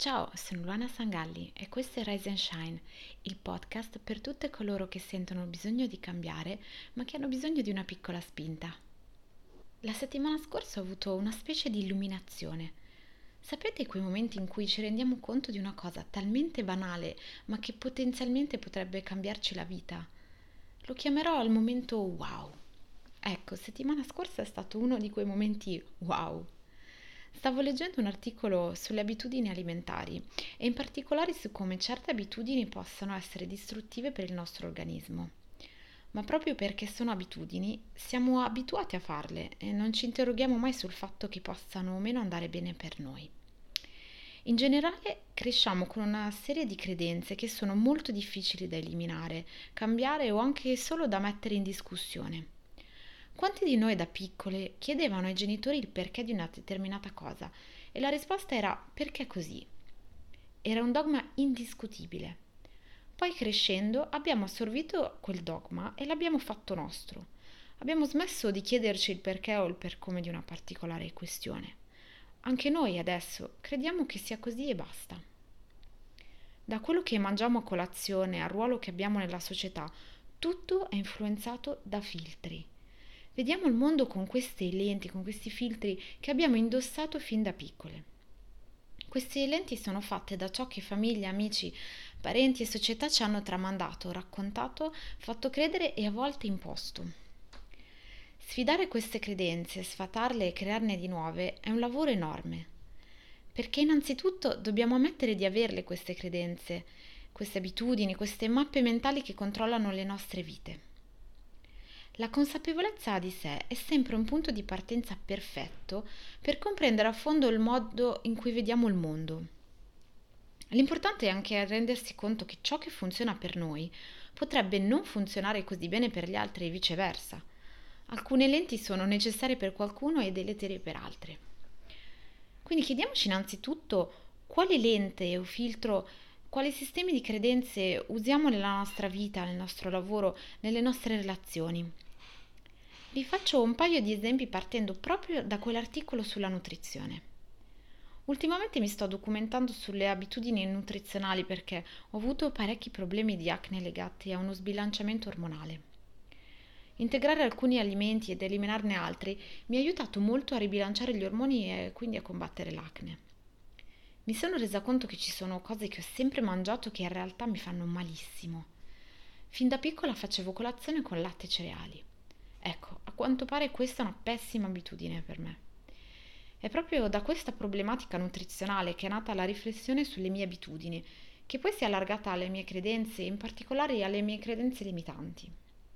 Ciao, sono Luana Sangalli e questo è Rise and Shine, il podcast per tutte coloro che sentono bisogno di cambiare, ma che hanno bisogno di una piccola spinta. La settimana scorsa ho avuto una specie di illuminazione. Sapete quei momenti in cui ci rendiamo conto di una cosa talmente banale, ma che potenzialmente potrebbe cambiarci la vita? Lo chiamerò il momento wow. Ecco, settimana scorsa è stato uno di quei momenti wow. Stavo leggendo un articolo sulle abitudini alimentari e in particolare su come certe abitudini possano essere distruttive per il nostro organismo. Ma proprio perché sono abitudini, siamo abituati a farle e non ci interroghiamo mai sul fatto che possano o meno andare bene per noi. In generale cresciamo con una serie di credenze che sono molto difficili da eliminare, cambiare o anche solo da mettere in discussione. Quanti di noi da piccole chiedevano ai genitori il perché di una determinata cosa e la risposta era perché così? Era un dogma indiscutibile. Poi crescendo abbiamo assorbito quel dogma e l'abbiamo fatto nostro. Abbiamo smesso di chiederci il perché o il per come di una particolare questione. Anche noi adesso crediamo che sia così e basta. Da quello che mangiamo a colazione al ruolo che abbiamo nella società, tutto è influenzato da filtri. Vediamo il mondo con queste lenti, con questi filtri che abbiamo indossato fin da piccole. Queste lenti sono fatte da ciò che famiglie, amici, parenti e società ci hanno tramandato, raccontato, fatto credere e a volte imposto. Sfidare queste credenze, sfatarle e crearne di nuove è un lavoro enorme, perché innanzitutto dobbiamo ammettere di averle queste credenze, queste abitudini, queste mappe mentali che controllano le nostre vite. La consapevolezza di sé è sempre un punto di partenza perfetto per comprendere a fondo il modo in cui vediamo il mondo. L'importante è anche rendersi conto che ciò che funziona per noi potrebbe non funzionare così bene per gli altri e viceversa. Alcune lenti sono necessarie per qualcuno e deleterie per altre. Quindi chiediamoci innanzitutto quale lente o filtro, quali sistemi di credenze usiamo nella nostra vita, nel nostro lavoro, nelle nostre relazioni. Vi faccio un paio di esempi partendo proprio da quell'articolo sulla nutrizione. Ultimamente mi sto documentando sulle abitudini nutrizionali perché ho avuto parecchi problemi di acne legati a uno sbilanciamento ormonale. Integrare alcuni alimenti ed eliminarne altri mi ha aiutato molto a ribilanciare gli ormoni e quindi a combattere l'acne. Mi sono resa conto che ci sono cose che ho sempre mangiato che in realtà mi fanno malissimo. Fin da piccola facevo colazione con latte e cereali. Ecco, a quanto pare questa è una pessima abitudine per me. È proprio da questa problematica nutrizionale che è nata la riflessione sulle mie abitudini, che poi si è allargata alle mie credenze, in particolare alle mie credenze limitanti.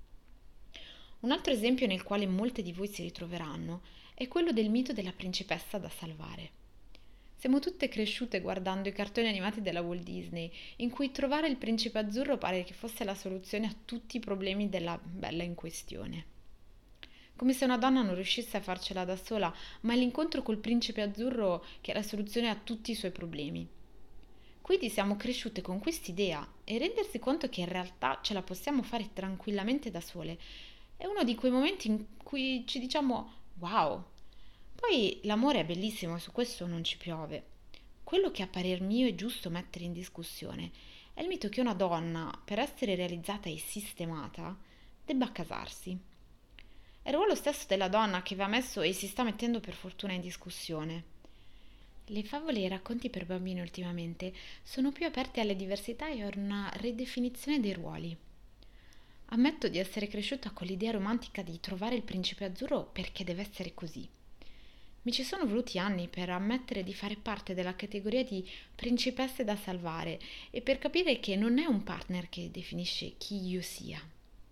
Un altro esempio nel quale molte di voi si ritroveranno è quello del mito della principessa da salvare. Siamo tutte cresciute guardando i cartoni animati della Walt Disney, in cui trovare il principe azzurro pare che fosse la soluzione a tutti i problemi della bella in questione. Come se una donna non riuscisse a farcela da sola, ma è l'incontro col principe azzurro che è la soluzione a tutti i suoi problemi. Quindi siamo cresciute con quest'idea e rendersi conto che in realtà ce la possiamo fare tranquillamente da sole è uno di quei momenti in cui ci diciamo wow. Poi l'amore è bellissimo e su questo non ci piove. Quello che a parer mio è giusto mettere in discussione è il mito che una donna, per essere realizzata e sistemata, debba casarsi. È il ruolo stesso della donna che va messo e si sta mettendo per fortuna in discussione. Le favole e i racconti per bambini ultimamente sono più aperti alle diversità e a una ridefinizione dei ruoli. Ammetto di essere cresciuta con l'idea romantica di trovare il principe azzurro perché deve essere così. Mi ci sono voluti anni per ammettere di fare parte della categoria di principesse da salvare e per capire che non è un partner che definisce chi io sia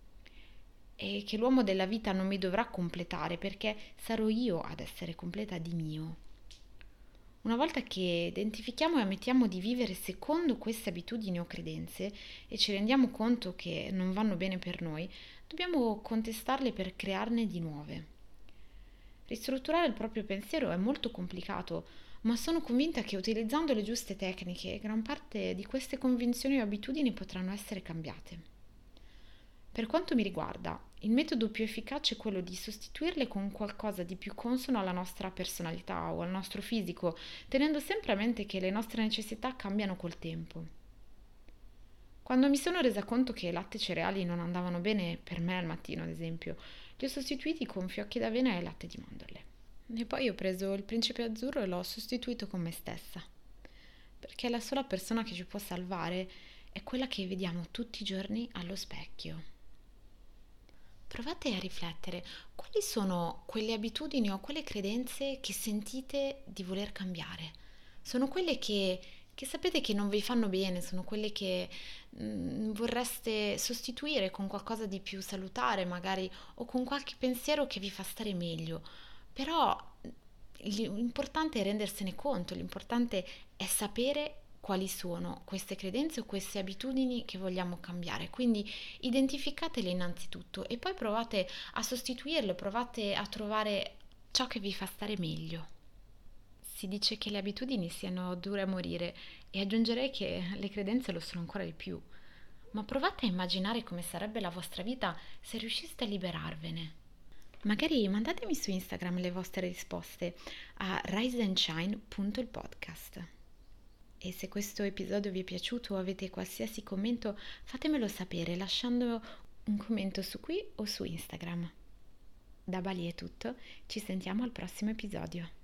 e che l'uomo della vita non mi dovrà completare perché sarò io ad essere completa di mio. Una volta che identifichiamo e ammettiamo di vivere secondo queste abitudini o credenze e ci rendiamo conto che non vanno bene per noi, dobbiamo contestarle per crearne di nuove. Ristrutturare il proprio pensiero è molto complicato, ma sono convinta che utilizzando le giuste tecniche, gran parte di queste convinzioni o abitudini potranno essere cambiate. Per quanto mi riguarda, Il metodo più efficace è quello di sostituirle con qualcosa di più consono alla nostra personalità o al nostro fisico, tenendo sempre a mente che le nostre necessità cambiano col tempo. Quando mi sono resa conto che latte e cereali non andavano bene per me al mattino, ad esempio, li ho sostituiti con fiocchi d'avena e latte di mandorle. E poi ho preso il principe azzurro e l'ho sostituito con me stessa, perché la sola persona che ci può salvare è quella che vediamo tutti i giorni allo specchio. Provate a riflettere, quali sono quelle abitudini o quelle credenze che sentite di voler cambiare? Sono quelle che sapete che non vi fanno bene, sono quelle che vorreste sostituire con qualcosa di più salutare, magari, o con qualche pensiero che vi fa stare meglio. Però l'importante è rendersene conto, l'importante è sapere quali sono queste credenze o queste abitudini che vogliamo cambiare. Quindi identificatele innanzitutto e poi provate a sostituirle, provate a trovare ciò che vi fa stare meglio. Si dice che le abitudini siano dure a morire e aggiungerei che le credenze lo sono ancora di più. Ma provate a immaginare come sarebbe la vostra vita se riusciste a liberarvene. Magari mandatemi su Instagram le vostre risposte a riseandshine.il podcast. E se questo episodio vi è piaciuto o avete qualsiasi commento, fatemelo sapere lasciando un commento su qui o su Instagram. Da Bali è tutto, ci sentiamo al prossimo episodio.